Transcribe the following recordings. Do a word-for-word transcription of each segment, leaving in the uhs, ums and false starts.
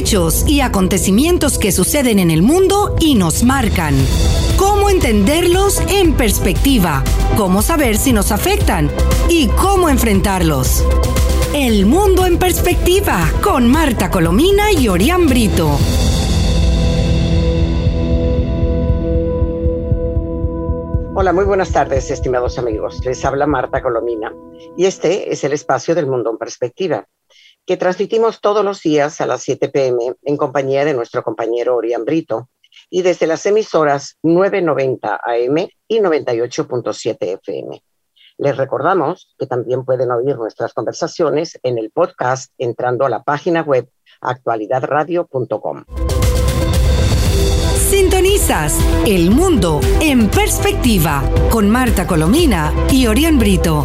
hechos y acontecimientos que suceden en el mundo y nos marcan. Cómo entenderlos en perspectiva, cómo saber si nos afectan y cómo enfrentarlos. El Mundo en Perspectiva, con Marta Colomina y Orián Brito. Hola, muy buenas tardes, estimados amigos. Les habla Marta Colomina y este es el espacio del Mundo en Perspectiva, que transmitimos todos los días a las siete pe eme en compañía de nuestro compañero Orián Brito y desde las emisoras novecientos noventa a eme y noventa y ocho punto siete efe eme. Les recordamos que también pueden oír nuestras conversaciones en el podcast entrando a la página web actualidad radio punto com. Sintonizas El Mundo en Perspectiva con Marta Colomina y Orián Brito.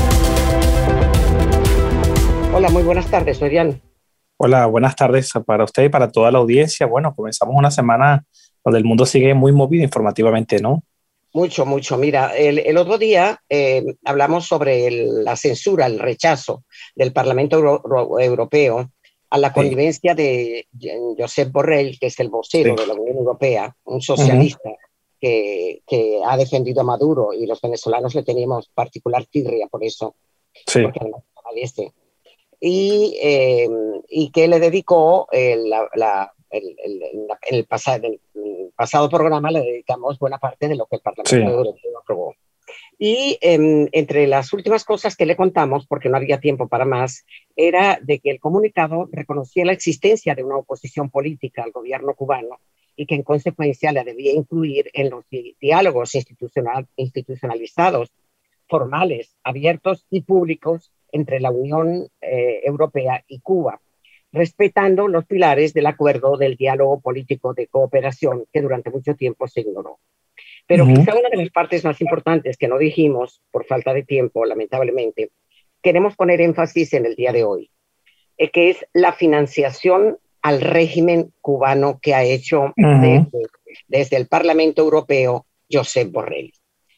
Hola, muy buenas tardes, Orián. Hola, buenas tardes para usted y para toda la audiencia. Bueno, comenzamos una semana donde el mundo sigue muy movido informativamente, ¿no? Mucho, mucho. Mira, el, el otro día eh, hablamos sobre el, la censura, el rechazo del Parlamento Euro, Europeo a la connivencia sí. de Josep Borrell, que es el vocero sí. de la Unión Europea, un socialista uh-huh. que, que ha defendido a Maduro, y los venezolanos le teníamos particular tirria por eso, sí. porque además este, y, eh, y que le dedicó el, la, la, el, el, el, el, pasado, el, el pasado programa, le dedicamos buena parte de lo que el Parlamento sí. Europeo aprobó. Y eh, entre las últimas cosas que le contamos, porque no había tiempo para más, era de que el comunicado reconocía la existencia de una oposición política al gobierno cubano y que en consecuencia la debía incluir en los di- diálogos institucional, institucionalizados, formales, abiertos y públicos entre la Unión eh, Europea y Cuba, respetando los pilares del acuerdo del diálogo político de cooperación que durante mucho tiempo se ignoró. Pero uh-huh. quizá una de las partes más importantes que no dijimos, por falta de tiempo, lamentablemente, queremos poner énfasis en el día de hoy, eh, que es la financiación al régimen cubano que ha hecho uh-huh. desde, desde el Parlamento Europeo Josep Borrell.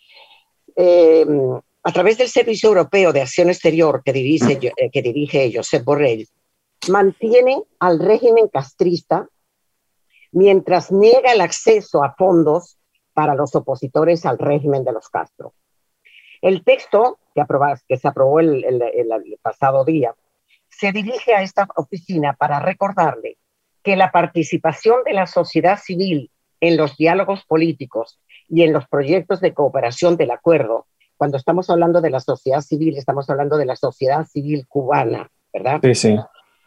Eh, a través del Servicio Europeo de Acción Exterior que dirige, eh, que dirige Josep Borrell, mantiene al régimen castrista mientras niega el acceso a fondos para los opositores al régimen de los Castro. El texto que, aprobas, que se aprobó el, el, el, el pasado día se dirige a esta oficina para recordarle que la participación de la sociedad civil en los diálogos políticos y en los proyectos de cooperación del acuerdo, cuando estamos hablando de la sociedad civil, estamos hablando de la sociedad civil cubana, ¿verdad? Sí, sí.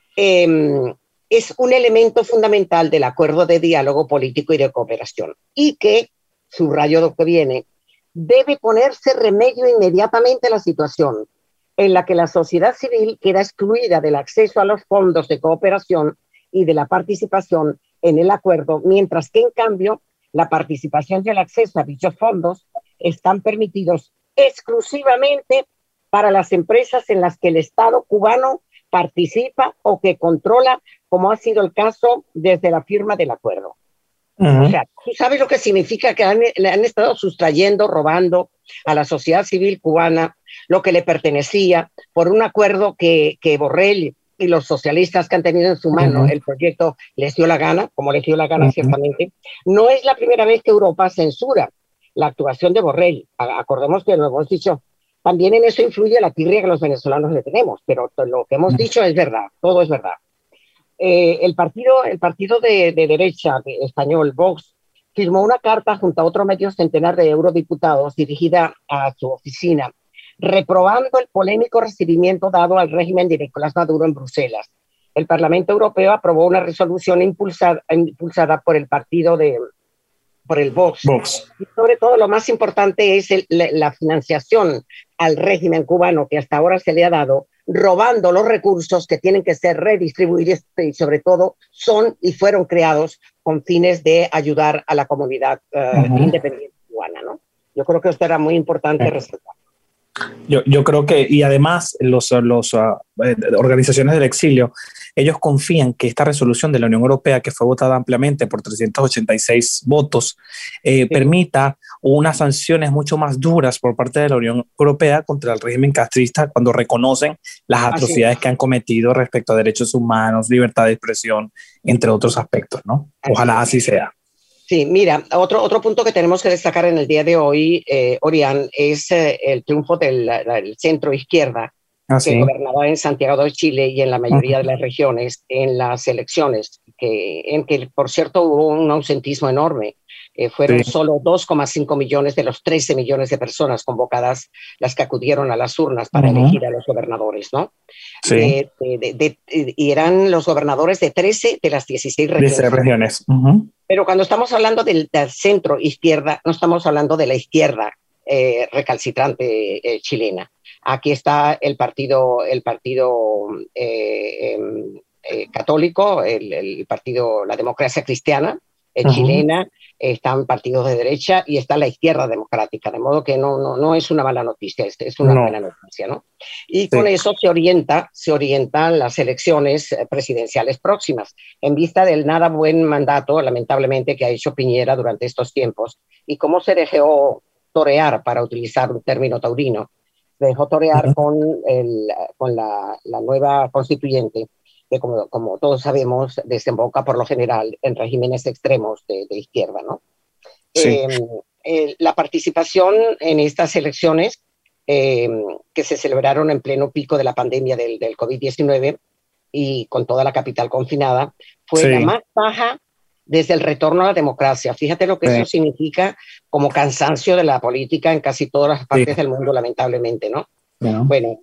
Eh, es un elemento fundamental del acuerdo de diálogo político y de cooperación y que, subrayo lo que viene, debe ponerse remedio inmediatamente a la situación en la que la sociedad civil queda excluida del acceso a los fondos de cooperación y de la participación en el acuerdo, mientras que en cambio la participación y el acceso a dichos fondos están permitidos exclusivamente para las empresas en las que el Estado cubano participa o que controla, como ha sido el caso desde la firma del acuerdo. Uh-huh. O sea, ¿tú sabes lo que significa que han, le han estado sustrayendo, robando a la sociedad civil cubana lo que le pertenecía por un acuerdo que, que Borrell y los socialistas que han tenido en su mano uh-huh. el proyecto les dio la gana, como les dio la gana uh-huh. ciertamente? No es la primera vez que Europa censura la actuación de Borrell. Acordemos que lo hemos dicho, también en eso influye la tirria que los venezolanos le tenemos, pero lo que hemos uh-huh. dicho es verdad, todo es verdad. Eh, el partido, el partido de, de derecha de español, Vox, firmó una carta junto a otro medio centenar de eurodiputados dirigida a su oficina, reprobando el polémico recibimiento dado al régimen de Nicolás Maduro en Bruselas. El Parlamento Europeo aprobó una resolución impulsada, impulsada por el partido de por el Vox. Vox. Y sobre todo lo más importante es el, la, la financiación al régimen cubano que hasta ahora se le ha dado, robando los recursos que tienen que ser redistribuidos y sobre todo son y fueron creados con fines de ayudar a la comunidad uh, uh-huh. independiente cubana, ¿no? Yo creo que esto era muy importante uh-huh. resaltar. Yo, yo creo que, y además los, los uh, organizaciones del exilio, ellos confían que esta resolución de la Unión Europea, que fue votada ampliamente por trescientos ochenta y seis votos, eh, sí. permita hubo unas sanciones mucho más duras por parte de la Unión Europea contra el régimen castrista cuando reconocen las atrocidades que han cometido respecto a derechos humanos, libertad de expresión, entre otros aspectos, ¿no? Ojalá así sea. Sí, mira, otro, otro punto que tenemos que destacar en el día de hoy, eh, Orián, es eh, el triunfo del, del centro izquierda, ah, que sí. gobernaba en Santiago de Chile y en la mayoría uh-huh. de las regiones en las elecciones, que, en que, por cierto, hubo un ausentismo enorme. Eh, fueron sí. solo dos coma cinco millones de los trece millones de personas convocadas las que acudieron a las urnas para uh-huh. elegir a los gobernadores, ¿no? Sí. De, de, de, de, y eran los gobernadores de trece de las dieciséis regiones. dieciséis regiones. Uh-huh. Pero cuando estamos hablando del, del centro izquierda, no estamos hablando de la izquierda eh, recalcitrante eh, chilena. Aquí está el partido, el partido eh, eh, católico, el, el partido, la democracia cristiana eh, uh-huh. chilena, están partidos de derecha y está la izquierda democrática, de modo que no, no, no es una mala noticia, es, es una no. buena noticia, ¿no? Y sí. con eso se orienta, se orientan las elecciones presidenciales próximas, en vista del nada buen mandato, lamentablemente, que ha hecho Piñera durante estos tiempos, y cómo se dejó torear, para utilizar un término taurino, se dejó torear uh-huh. con, el, con la, la nueva constituyente, que como, como todos sabemos, desemboca por lo general en regímenes extremos de, de izquierda, ¿no? Sí. Eh, eh, la participación en estas elecciones, eh, que se celebraron en pleno pico de la pandemia del, del COVID diecinueve y con toda la capital confinada, fue sí. la más baja desde el retorno a la democracia. Fíjate lo que sí. eso significa como cansancio de la política en casi todas las partes sí. del mundo, lamentablemente, ¿no? Bueno, bueno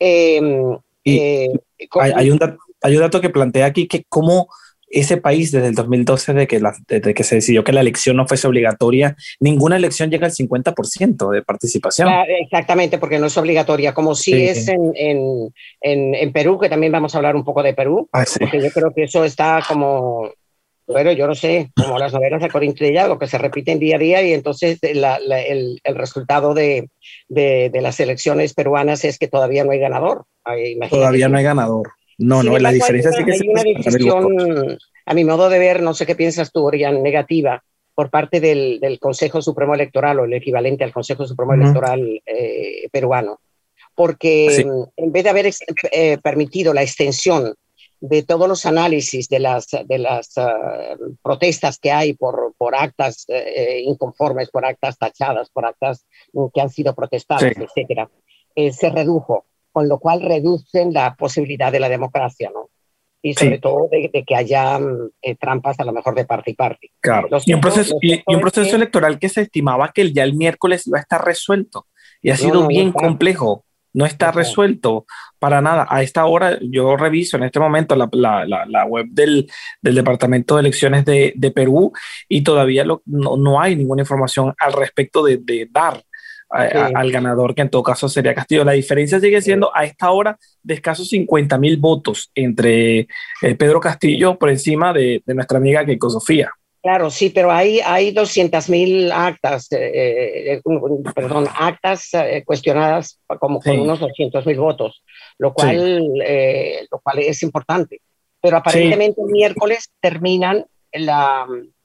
eh, y eh, hay, hay un dato Hay un dato que plantea aquí que cómo ese país desde el dos mil doce, de que la, desde que se decidió que la elección no fuese obligatoria, ninguna elección llega al cincuenta por ciento de participación. Claro, exactamente, porque no es obligatoria, como sí, sí. es en, en, en, en Perú, que también vamos a hablar un poco de Perú, ah, sí. porque yo creo que eso está como, bueno, yo no sé, como las novelas de Corín Trillado, que se repiten día a día y entonces la, la, el, el resultado de, de, de las elecciones peruanas es que todavía no hay ganador. Imagínate. Todavía no hay ganador. No, Sin no, embargo, la diferencia hay una, sí que hay una decisión, a mi modo de ver, no sé qué piensas tú, Orián, negativa, por parte del, del Consejo Supremo Electoral, o el equivalente al Consejo Supremo uh-huh. Electoral eh, peruano, porque sí. en vez de haber eh, permitido la extensión de todos los análisis de las, de las uh, protestas que hay por, por actas eh, inconformes, por actas tachadas, por actas que han sido protestadas, sí. etcétera, eh, se redujo, con lo cual reducen la posibilidad de la democracia, ¿no? Y sobre sí. todo de, de que haya eh, trampas a lo mejor de parte y parte. Claro, y un proceso, y, y un proceso que, electoral que se estimaba que ya el miércoles iba a estar resuelto, y ha no, sido no, bien no complejo, no está no resuelto para nada. A esta hora yo reviso en este momento la, la, la, la web del, del Departamento de Elecciones de, de Perú, y todavía lo, no, no hay ninguna información al respecto de, de dar A, sí. a, al ganador, que en todo caso sería Castillo. La diferencia sigue siendo a esta hora de escasos cincuenta mil votos entre eh, Pedro Castillo por encima de, de nuestra amiga Keiko Sofía. Claro, sí, pero hay, hay doscientas mil actas, eh, eh, perdón, actas eh, cuestionadas como con sí. unos doscientos mil votos, lo cual, sí. eh, lo cual es importante. Pero aparentemente sí. el miércoles terminan la...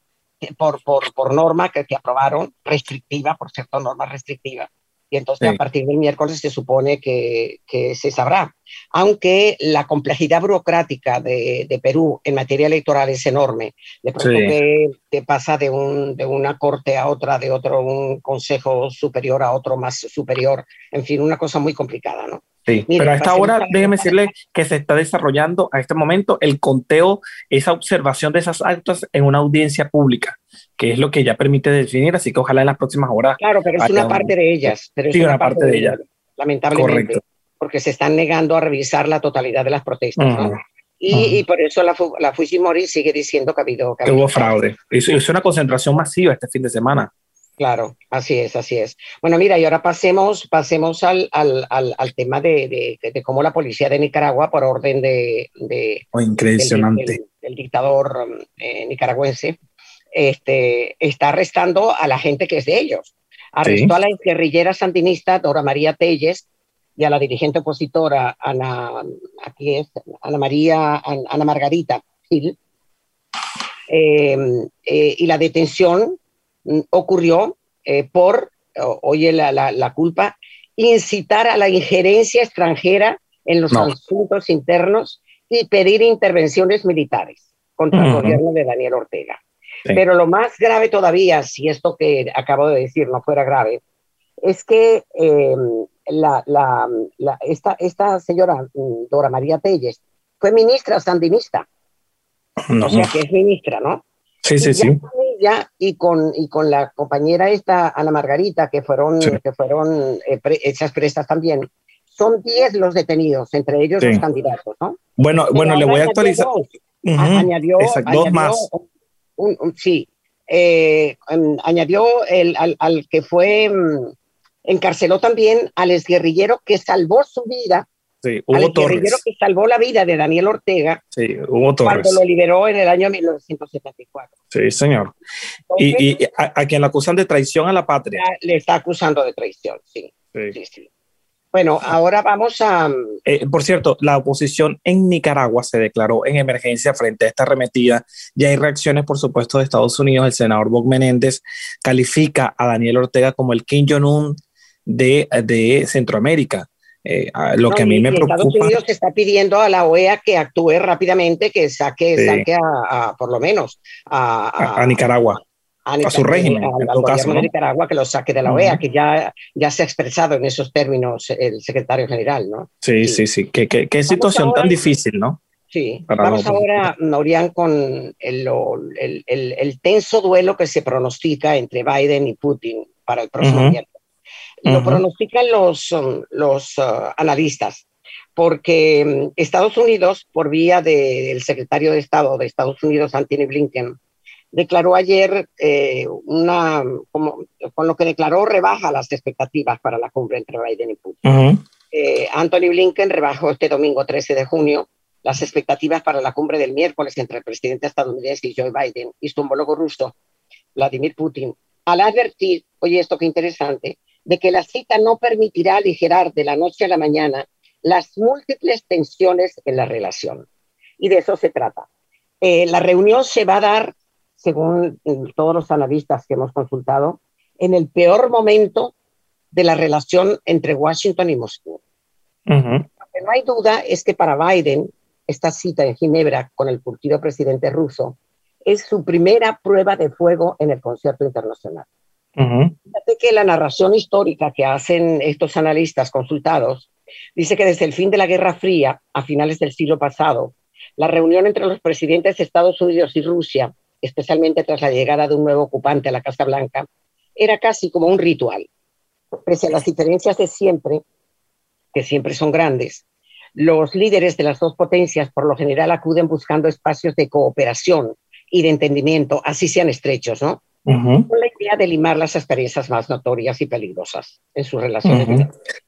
Por, por, por norma que, que aprobaron, restrictiva, por cierto, norma restrictiva. Y entonces sí. a partir del miércoles se supone que, que se sabrá. Aunque la complejidad burocrática de, de Perú en materia electoral es enorme. De pronto sí. que te pasa de, un, de una corte a otra, de otro, un consejo superior a otro más superior. En fin, una cosa muy complicada, ¿no? Sí, Mire, pero a esta hora, déjeme decirle que se está desarrollando a este momento el conteo, esa observación de esas actas en una audiencia pública, que es lo que ya permite definir, así que ojalá en las próximas horas... Claro, pero es una parte un... de ellas. Pero es sí, una, una parte, parte de ellas. ellas. Lamentablemente. Correcto. Porque se están negando a revisar la totalidad de las protestas, uh-huh. ¿no? Y, uh-huh. y por eso la, la Fujimori sigue diciendo que ha habido... Que, que hubo fraude. Es una concentración masiva este fin de semana. Claro, así es, así es. Bueno, mira, y ahora pasemos, pasemos al, al, al, al tema de, de, de cómo la policía de Nicaragua, por orden de, de oh, impresionante. Del, del, del dictador eh, nicaragüense, este, está arrestando a la gente que es de ellos. Arrestó sí. a la guerrillera sandinista Dora María Telles y a la dirigente opositora Ana, aquí es, Ana María, Ana Margarita Gil. Eh, eh, y la detención ocurrió eh, por, oye la, la, la culpa, incitar a la injerencia extranjera en los no. asuntos internos y pedir intervenciones militares contra uh-huh. el gobierno de Daniel Ortega. Sí. Pero lo más grave todavía, si esto que acabo de decir no fuera grave, es que eh, la, la, la, esta, esta señora Dora María Telles fue ministra sandinista. No. O sea que es ministra, ¿no? Sí, sí, y sí. Con ella y con, y con la compañera esta, Ana Margarita, que fueron, sí. que fueron eh, pre, hechas presas también, son diez los detenidos, entre ellos sí. los candidatos, ¿no? Bueno, Pero bueno le voy a actualizar. Dos, uh-huh. Añadió, Exacto, añadió dos más. Un, un, sí, eh, um, añadió el, al, al que fue, um, encarceló también al exguerrillero que salvó su vida. Sí, Hugo al guerrillero Torres. que salvó la vida de Daniel Ortega. Sí, Hugo Torres. Cuando lo liberó en el año mil novecientos setenta y cuatro. Sí, señor. Entonces, y y a, a quien le acusan de traición a la patria. Le está acusando de traición, sí. Sí, sí, sí. Bueno, ahora vamos a... Eh, por cierto, la oposición en Nicaragua se declaró en emergencia frente a esta arremetida. Ya hay reacciones, por supuesto, de Estados Unidos. El senador Bob Menéndez califica a Daniel Ortega como el Kim Jong-un de, de Centroamérica. Eh, lo no, que a mí me preocupa. Estados Unidos está pidiendo a la O E A que actúe rápidamente, que saque, sí. saque a, a, por lo menos, a, a, a Nicaragua. A, a su régimen, a, en al todo gobierno caso, ¿no? de Nicaragua, que lo saque de la uh-huh. O E A, que ya, ya se ha expresado en esos términos el secretario general, ¿no? Sí, sí, sí. sí. Qué, qué, qué situación ahora, tan difícil, ¿no? Sí. Para Vamos no, ahora, Norian, con el, el, el, el tenso duelo que se pronostica entre Biden y Putin para el próximo uh-huh. miércoles. Lo uh-huh. pronostican los, um, los uh, analistas, porque um, Estados Unidos, por vía de, del secretario de Estado de Estados Unidos, Anthony Blinken, declaró ayer, eh, una, como, con lo que declaró, rebaja las expectativas para la cumbre entre Biden y Putin. Uh-huh. Eh, Anthony Blinken rebajó este domingo trece de junio las expectativas para la cumbre del miércoles entre el presidente estadounidense y Joe Biden y su homólogo ruso, Vladimir Putin, al advertir, oye, esto qué interesante, de que la cita no permitirá aligerar de la noche a la mañana las múltiples tensiones en la relación. Y de eso se trata. Eh, la reunión se va a dar, según todos los analistas que hemos consultado, en el peor momento de la relación entre Washington y Moscú. Uh-huh. Lo que no hay duda es que para Biden, esta cita en Ginebra con el curtido presidente ruso es su primera prueba de fuego en el concierto internacional. Uh-huh. Fíjate que la narración histórica que hacen estos analistas consultados dice que desde el fin de la Guerra Fría, a finales del siglo pasado, la reunión entre los presidentes de Estados Unidos y Rusia, especialmente tras la llegada de un nuevo ocupante a la Casa Blanca, era casi como un ritual. Pese a las diferencias de siempre, que siempre son grandes, los líderes de las dos potencias por lo general acuden buscando espacios de cooperación y de entendimiento, así sean estrechos, ¿no? Uh-huh. Con la idea de limar las asperezas más notorias y peligrosas en sus relaciones. Uh-huh.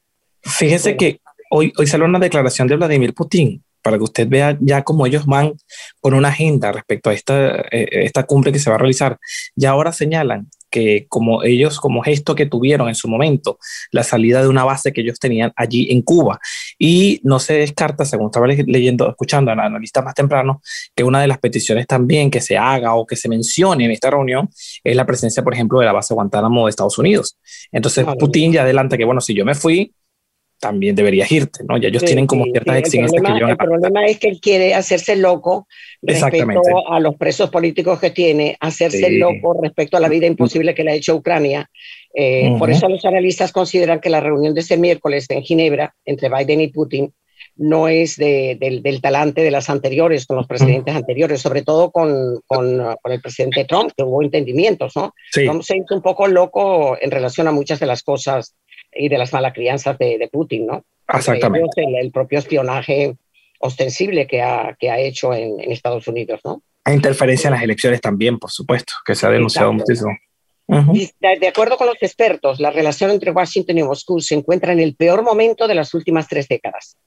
Fíjese bueno. que hoy, hoy salió una declaración de Vladimir Putin, para que usted vea ya cómo ellos van con una agenda respecto a esta, eh, esta cumbre que se va a realizar. Y ahora señalan que como ellos, como gesto que tuvieron en su momento, la salida de una base que ellos tenían allí en Cuba. Y no se descarta, según estaba leyendo, escuchando a analistas más temprano, que una de las peticiones también que se haga o que se mencione en esta reunión es la presencia, por ejemplo, de la base Guantánamo de Estados Unidos. Entonces vale. Putin ya adelanta que, bueno, si yo me fui, también deberías irte, ¿no? Ya ellos sí, tienen como sí, ciertas sí. exigencias problema, que llevan El a problema es que él quiere hacerse loco respecto a los presos políticos que tiene, hacerse sí. loco respecto a la vida imposible que le ha hecho a Ucrania. Eh, uh-huh. Por eso los analistas consideran que la reunión de este miércoles en Ginebra entre Biden y Putin no es de, de, del talante de las anteriores, con los presidentes uh-huh. anteriores, sobre todo con, con, con el presidente Trump, que hubo entendimientos, ¿no? Sí. Trump se hizo un poco loco en relación a muchas de las cosas y de las malas crianzas de, de Putin, ¿no? Exactamente. El, el propio espionaje ostensible que ha, que ha hecho en, en Estados Unidos, ¿no? Hay interferencia en las elecciones también, por supuesto, que se ha denunciado Exacto. muchísimo. Uh-huh. de, de acuerdo con los expertos, la relación entre Washington y Moscú se encuentra en el peor momento de las últimas tres décadas.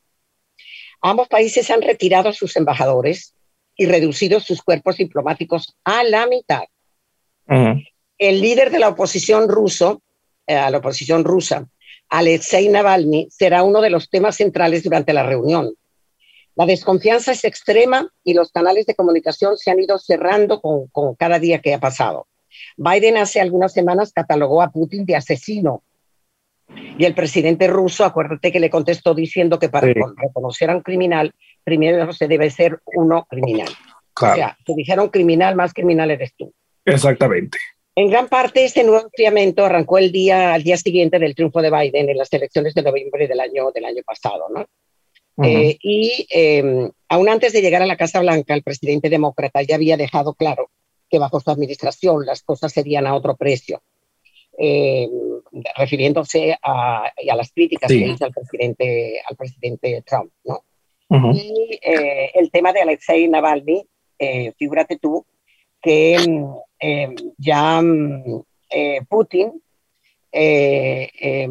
Ambos países han retirado a sus embajadores y reducido sus cuerpos diplomáticos a la mitad. Uh-huh. El líder de la oposición ruso, eh, a la oposición rusa, Alexei Navalny, será uno de los temas centrales durante la reunión. La desconfianza es extrema y los canales de comunicación se han ido cerrando con, con cada día que ha pasado. Biden hace algunas semanas catalogó a Putin de asesino. Y el presidente ruso, acuérdate que le contestó diciendo que para sí. reconocer a un criminal, primero se debe ser uno criminal. Claro. O sea, te dijeron criminal, más criminal eres tú. Exactamente. En gran parte, este nuevo enfriamiento arrancó el día, al día siguiente del triunfo de Biden en las elecciones de noviembre del año, del año pasado, ¿no? Uh-huh. eh, y eh, aún antes de llegar a la Casa Blanca, el presidente demócrata ya había dejado claro que bajo su administración las cosas serían a otro precio. Eh, refiriéndose a, a las críticas sí. que hizo al presidente, al presidente Trump, ¿no? Uh-huh. Y eh, el tema de Alexei Navalny, eh, figúrate tú que eh, ya eh, Putin eh, eh,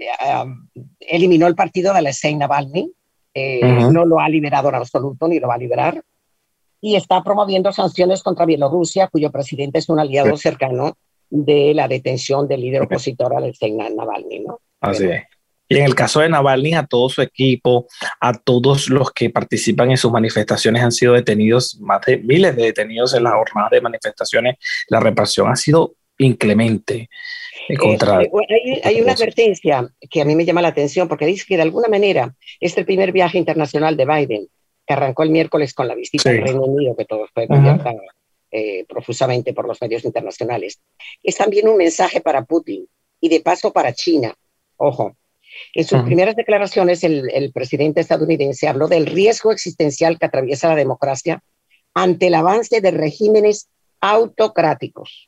eliminó el partido de Alexei Navalny, eh, uh-huh. no lo ha liberado en absoluto ni lo va a liberar, y está promoviendo sanciones contra Bielorrusia, cuyo presidente es un aliado sí. cercano de la detención del líder opositor Alexei Navalny, ¿no? Así es. Y en el caso de Navalny, a todo su equipo, a todos los que participan en sus manifestaciones han sido detenidos, más de miles de detenidos en las jornadas de manifestaciones. La represión ha sido inclemente. Contra... Eh, hay, hay una advertencia que a mí me llama la atención, porque dice que de alguna manera es el primer viaje internacional de Biden, que arrancó el miércoles con la visita sí. al Reino Unido, que todos fue cubierta eh, profusamente por los medios internacionales. Es también un mensaje para Putin y de paso para China. Ojo. En sus uh-huh. primeras declaraciones, el, el presidente estadounidense habló del riesgo existencial que atraviesa la democracia ante el avance de regímenes autocráticos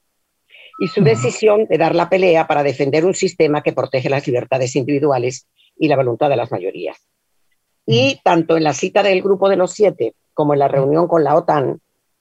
y su uh-huh. decisión de dar la pelea para defender un sistema que protege las libertades individuales y la voluntad de las mayorías. Uh-huh. Y tanto en la cita del Grupo de los Siete como en la reunión con la OTAN,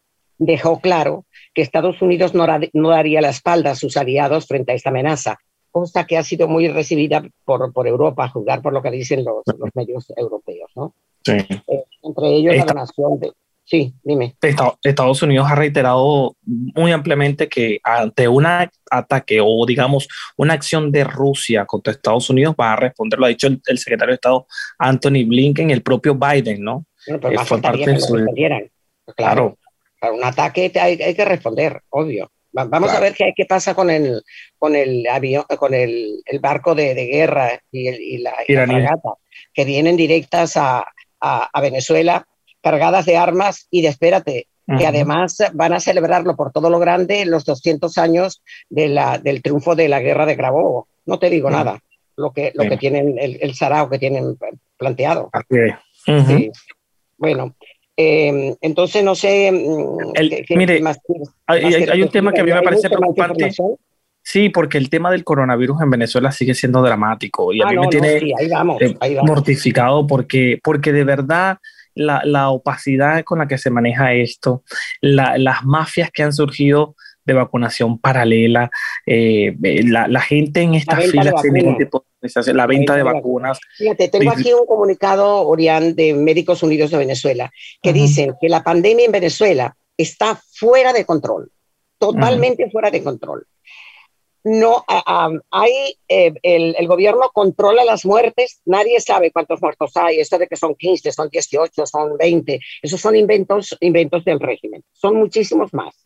dejó claro que Estados Unidos no, no daría la espalda a sus aliados frente a esta amenaza, cosa que ha sido muy recibida por, por Europa, a juzgar por lo que dicen los, los medios europeos, ¿no? Sí. Eh, entre ellos Esta, la donación de... Sí, dime. Estados Unidos ha reiterado muy ampliamente que ante un ataque o, digamos, una acción de Rusia contra Estados Unidos va a responder, lo ha dicho el, el secretario de Estado Anthony Blinken, el propio Biden, ¿no? Bueno, pero más faltaría que lo respondieran. Claro. claro. Para un ataque hay, hay que responder, obvio. Vamos claro. a ver qué, qué pasa con el con el avión, con el, el barco de, de guerra y, el, y, la, y la fragata, que vienen directas a, a, a Venezuela, cargadas de armas y de espérate, uh-huh. que además van a celebrarlo por todo lo grande los doscientos años de la, del triunfo de la guerra de Carabobo. No te digo uh-huh. nada, lo que, lo sí. que tienen, el, el sarao que tienen planteado. Okay. Uh-huh. Sí. Bueno. Eh, entonces no sé el, qué, qué mire más, hay, más hay, hay un tema que a mí me parece preocupante, sí, porque el tema del coronavirus en Venezuela sigue siendo dramático y a ah, mí no, me tiene no, sí, ahí vamos, eh, ahí vamos. mortificado porque, porque de verdad la, la opacidad con la que se maneja esto, la, las mafias que han surgido de vacunación paralela, eh, la, la gente en estas filas tiene tipo de la venta de vacunas. Fíjate, tengo aquí un comunicado, Orián, de Médicos Unidos de Venezuela, que uh-huh. dicen que la pandemia en Venezuela está fuera de control, totalmente uh-huh. fuera de control. No, uh, um, hay, eh, el, el gobierno controla las muertes, nadie sabe cuántos muertos hay, esto de que son quince, son dieciocho, son veinte, esos son inventos, inventos del régimen, son muchísimos más.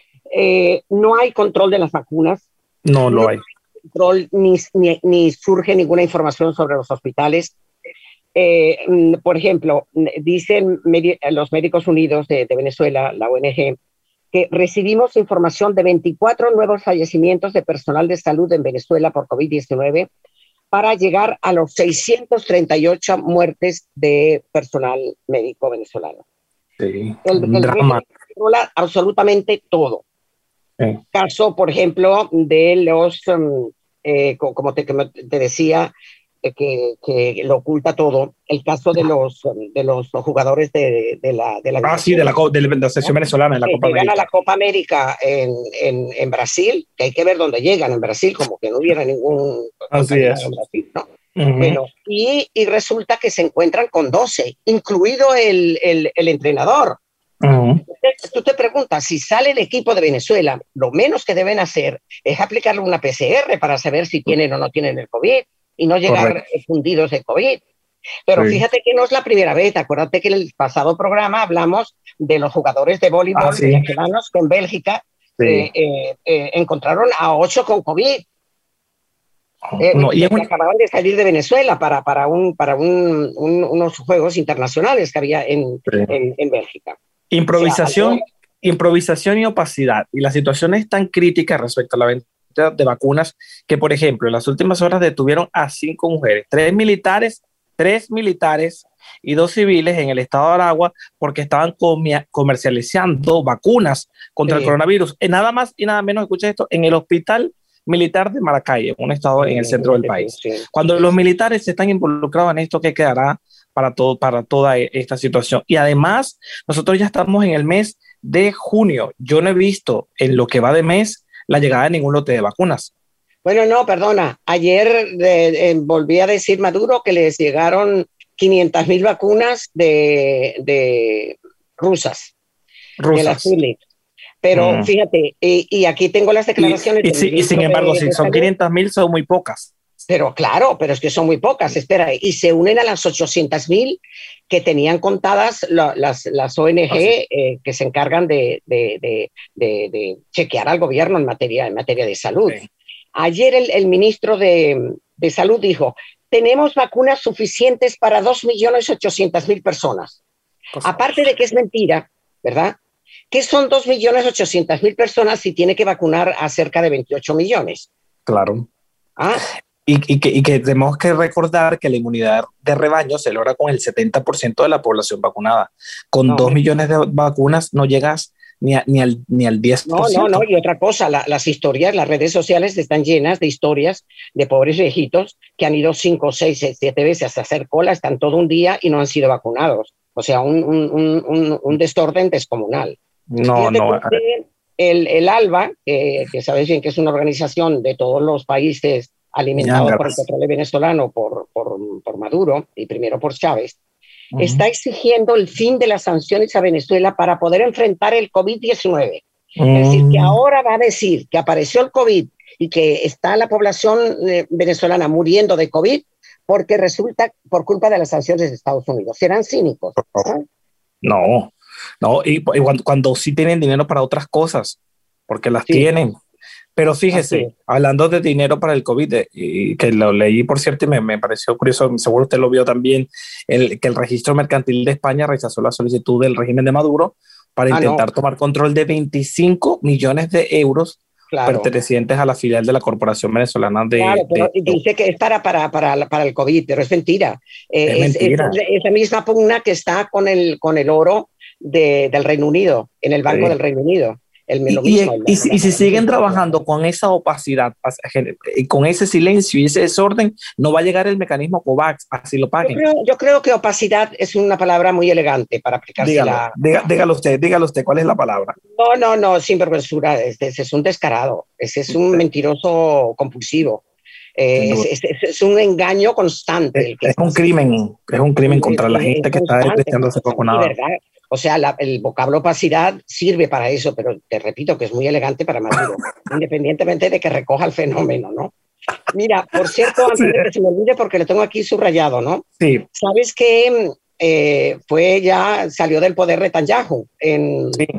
Eh, no hay control de las vacunas. No lo no hay. Control, ni, ni, ni surge ninguna información sobre los hospitales. Eh, por ejemplo, dicen los Médicos Unidos de, de Venezuela, la O N G, que recibimos información de veinticuatro nuevos fallecimientos de personal de salud en Venezuela por COVID diecinueve para llegar a los seiscientas treinta y ocho muertes de personal médico venezolano. Sí, el el régimen controla absolutamente todo. Sí. Caso, por ejemplo, de los, um, eh, como, te, como te decía, eh, que, que lo oculta todo, el caso de los, de los jugadores de, de la... De la ah, sí, de la, de la selección venezolana, en la que Copa llegan América. a la Copa América en, en, en Brasil, que hay que ver dónde llegan, en Brasil, como que no hubiera ningún... Así es. En Brasil, ¿no? Uh-huh. Bueno, y, y resulta que se encuentran con doce, incluido el, el, el entrenador. Uh-huh. Tú te preguntas, si sale el equipo de Venezuela, lo menos que deben hacer es aplicarle una P C R para saber si tienen o no tienen el COVID y no llegar Correcto. fundidos de COVID. Pero sí. fíjate que no es la primera vez. Acuérdate que en el pasado programa hablamos de los jugadores de voleibol ah, sí. venezolanos que en Bélgica sí. sí. eh, eh, eh, encontraron a ocho con COVID. Eh, no, y que un... acababan de salir de Venezuela para, para, un, para un, un, unos juegos internacionales que había en, sí. en, en Bélgica. Improvisación, o sea, improvisación y opacidad. Y la situación es tan crítica respecto a la venta de vacunas que, por ejemplo, en las últimas horas detuvieron a cinco mujeres, tres militares, tres militares y dos civiles en el estado de Aragua porque estaban comercializando vacunas contra sí. el coronavirus. Y nada más y nada menos, escucha esto, en el hospital militar de Maracay, un estado en el centro del país. Cuando los militares están involucrados en esto, ¿qué quedará para, todo, para toda esta situación? Y además, nosotros ya estamos en el mes de junio. Yo no he visto en lo que va de mes la llegada de ningún lote de vacunas. Bueno, no, perdona. Ayer de, eh, volví a decir Maduro que les llegaron quinientas mil vacunas de, de rusas, rusas. De las Sputnik. Pero mm. fíjate, y, y aquí tengo las declaraciones. Y, y, sí, y sin embargo, si son quinientas mil, son muy pocas. Pero claro, pero es que son muy pocas, espera, y se unen a las ochocientas mil que tenían contadas la, las, las O N G oh, sí. eh, que se encargan de, de, de, de, de chequear al gobierno en materia, en materia de salud. Sí. Ayer el, el ministro de, de Salud dijo, tenemos vacunas suficientes para dos millones ochocientas mil personas. Pues, aparte de que es mentira, ¿verdad? ¿Qué son dos millones ochocientas mil personas si tiene que vacunar a cerca de veintiocho millones? Claro. ¿Ah? Y, y, que, y que tenemos que recordar que la inmunidad de rebaño se logra con el setenta por ciento de la población vacunada. Con no, dos millones de vacunas no llegas ni, a, ni, al, ni al diez por ciento. No, no, no. Y otra cosa, la, las historias, las redes sociales están llenas de historias de pobres viejitos que han ido cinco, seis, siete veces a hacer cola, están todo un día y no han sido vacunados. O sea, un, un, un, un desorden descomunal. No, no. El, el ALBA, eh, que sabes bien que es una organización de todos los países alimentados por el petróleo venezolano, por, por, por Maduro y primero por Chávez, uh-huh. está exigiendo el fin de las sanciones a Venezuela para poder enfrentar el COVID diecinueve. Uh-huh. Es decir, que ahora va a decir que apareció el COVID y que está la población eh, venezolana muriendo de COVID porque resulta por culpa de las sanciones de Estados Unidos. ¿Serán cínicos? ¿eh? No. No, y, y cuando, cuando sí tienen dinero para otras cosas, porque las sí. tienen. Pero fíjese, hablando de dinero para el COVID, y que lo leí por cierto y me, me pareció curioso, seguro usted lo vio también, el, que el registro mercantil de España rechazó la solicitud del régimen de Maduro para ah, intentar no. tomar control de veinticinco millones de euros claro. pertenecientes a la filial de la Corporación Venezolana de... Claro, pero de, dice que es para, para, para, para el COVID, pero es mentira. Es, eh, es mentira. Es, es, es la misma pugna que está con el, con el oro de, del Reino Unido, en el Banco sí. del Reino Unido. El, y, lo mismo, y, y, y si siguen trabajando con esa opacidad, con ese silencio y ese desorden, no va a llegar el mecanismo COVAX, así lo paguen. Yo creo, yo creo que opacidad es una palabra muy elegante para aplicarse. Dígalo, la... diga, dígalo usted, dígalo usted, ¿cuál es la palabra? No, no, no, sin vergüenza, ese es un descarado, ese es un mentiroso compulsivo. Eh, es, es, es un engaño constante. Es, es un crimen, es un crimen contra es, la gente es que está detestándose vacunada. O sea, la, el vocablo opacidad sirve para eso, pero te repito que es muy elegante para Maduro, independientemente de que recoja el fenómeno, ¿no? Mira, por cierto, antes sí. de que se me olvide, porque lo tengo aquí subrayado, ¿no? Sí. ¿Sabes que eh, fue ya, salió del poder Netanyahu en, sí.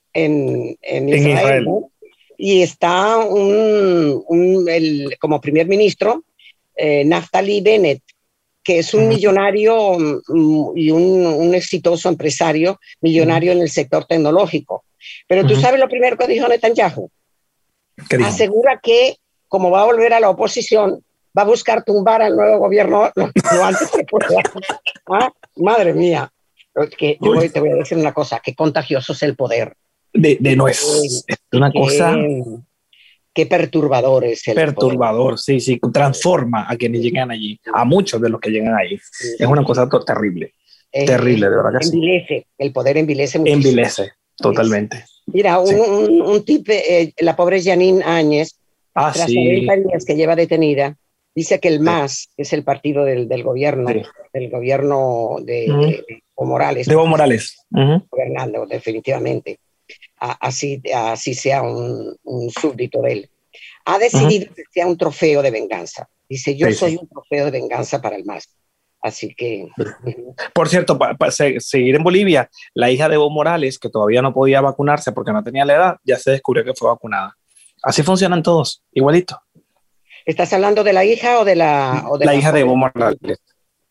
en, en Israel, en Israel. ¿no? Y está un, un, el, como primer ministro eh, Naftali Bennett, que es un uh-huh. millonario um, y un, un exitoso empresario millonario uh-huh. en el sector tecnológico. Pero uh-huh. tú sabes lo primero que dijo Netanyahu. ¿Qué dijo? Asegura que, como va a volver a la oposición, va a buscar tumbar al nuevo gobierno lo, lo antes que pueda. ¿Ah? Madre mía. Que yo voy, te voy a decir una cosa, qué contagioso es el poder. De, de no es, es una qué, cosa... Qué perturbador es el Perturbador, poder. sí, sí, transforma a quienes llegan allí, a muchos de los que llegan allí. Sí, es una cosa terrible, eh, terrible, de verdad que envilece, sí. El poder envilece muchísimo. Envilece, totalmente. Mira, sí. un, un, un tipo, eh, la pobre Janine Áñez, ah, tras sí. noventa días que lleva detenida, dice que el M A S, sí. que es el partido del, del gobierno, sí. del gobierno de, uh-huh. de, de Evo Morales. De Evo Morales. Uh-huh. Gobernando, definitivamente. Así, así sea un, un súbdito de él, ha decidido uh-huh. que sea un trofeo de venganza. Dice, yo sí, soy sí. un trofeo de venganza para el M A S. Así que... Por cierto, para pa seguir en Bolivia, la hija de Evo Morales, que todavía no podía vacunarse porque no tenía la edad, ya se descubrió que fue vacunada. Así funcionan todos, igualito. ¿Estás hablando de la hija o de la... O de la, la hija joven? de Evo Morales.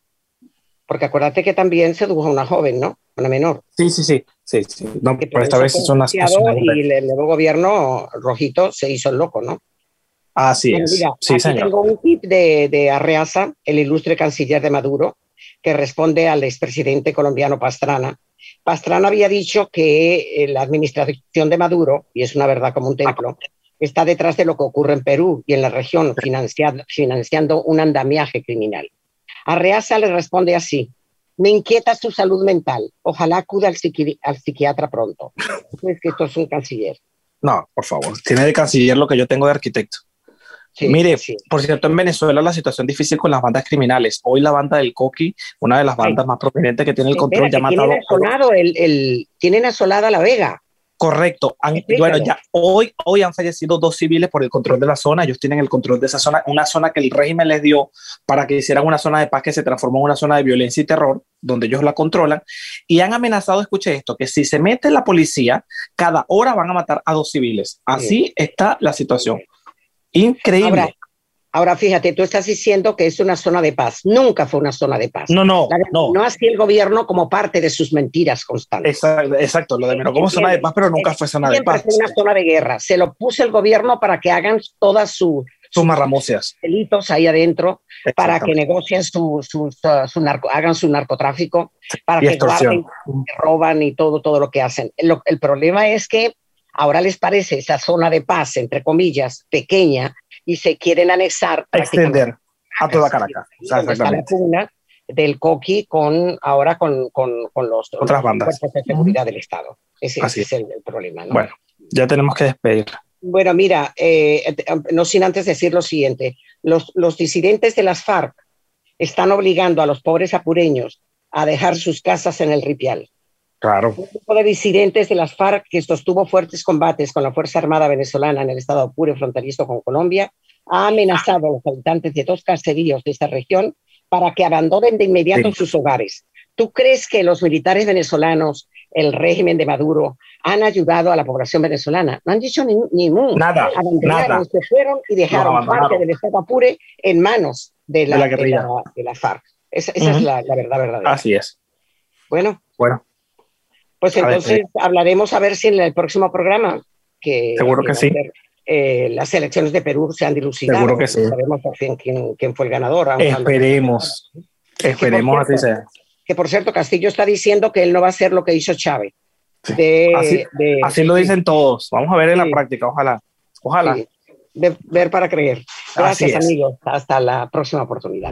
Porque acuérdate que también sedujo a una joven, ¿no? Una menor. Sí, sí, sí. sí, sí. No, pero esta vez es una... Y el nuevo gobierno rojito se hizo el loco, ¿no? Así bueno, es. Mira, sí, aquí señor. Tengo un tip de, de Arreaza, el ilustre canciller de Maduro, que responde al expresidente colombiano Pastrana. Pastrana había dicho que la administración de Maduro, y es una verdad como un templo, está detrás de lo que ocurre en Perú y en la región, financiando, financiando un andamiaje criminal. Arreaza le responde así: me inquieta su salud mental, ojalá acuda al, psiqui al psiquiatra pronto. ¿Crees que esto es un canciller? No, por favor, tiene de canciller lo que yo tengo de arquitecto. Sí, Mire, sí. Por cierto, en Venezuela la situación es difícil con las bandas criminales. Hoy la banda del Coqui, una de las bandas sí. más prominentes que tiene el control, Espera, ya tienen, matado asolado el, el, tienen asolada La Vega. Correcto. Han, bueno, ya hoy, hoy han fallecido dos civiles por el control de la zona. Ellos tienen el control de esa zona, una zona que el régimen les dio para que hicieran una zona de paz que se transformó en una zona de violencia y terror, donde ellos la controlan. Y han amenazado, escuche esto, que si se mete la policía, cada hora van a matar a dos civiles. Así sí. está la situación. Increíble. Ahora, ahora, fíjate, tú estás diciendo que es una zona de paz. Nunca fue una zona de paz. No, no, la, no. No así el gobierno como parte de sus mentiras constantes. Exacto, exacto lo de menos como zona de paz, pero nunca fue zona de paz. Siempre fue una zona de guerra. Se lo puso el gobierno para que hagan todas su, sus marramucias. Delitos ahí adentro, para que negocien su, su, su, su narco, hagan su narcotráfico, para y que guarden, que roban y todo, todo lo que hacen. El, el problema es que ahora les parece esa zona de paz, entre comillas, pequeña, y se quieren anexar. Extender a toda Caracas. Está la pugna del Coqui con, ahora con, con, con los otras bandas cuerpos de seguridad uh-huh. del Estado. Ese, ese es el, el problema, ¿no? Bueno, ya tenemos que despedir. Bueno, mira, eh, no sin antes decir lo siguiente. Los, los disidentes de las FARC están obligando a los pobres apureños a dejar sus casas en el Ripial. Claro. Un grupo de disidentes de las FARC que sostuvo fuertes combates con la Fuerza Armada venezolana en el estado Apure fronterizo con Colombia ha amenazado a los habitantes de dos caseríos de esta región para que abandonen de inmediato sí. sus hogares. ¿Tú crees que los militares venezolanos, el régimen de Maduro, han ayudado a la población venezolana? No han dicho ni, ni mu. Nada, Abandonaron, nada. Se fueron y dejaron parte del estado Apure en manos de la, de la guerrilla. De la, de la FARC. Esa, esa uh-huh. es la, la verdad verdadera. Así es. Bueno. Bueno. Pues entonces a ver, hablaremos a ver si en el próximo programa, que, seguro que, que sí. Ser, eh, las elecciones de Perú se han dilucidado. Seguro que sí. Sabemos por fin quién, quién fue el ganador. Esperemos. Esperemos así sea. Que por cierto, Castillo está diciendo que él no va a hacer lo que hizo Chávez. Sí. De, así, de, así lo dicen todos. Vamos a ver en sí. la práctica, ojalá. Ojalá. Sí. De, ver para creer. Gracias, amigos. Hasta la próxima oportunidad.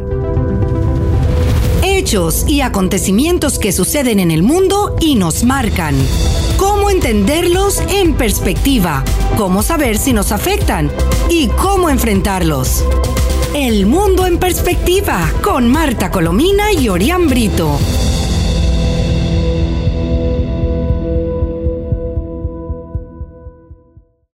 Hechos y acontecimientos que suceden en el mundo y nos marcan. Cómo entenderlos en perspectiva, cómo saber si nos afectan y cómo enfrentarlos. El mundo en perspectiva con Marta Colomina y Orián Brito.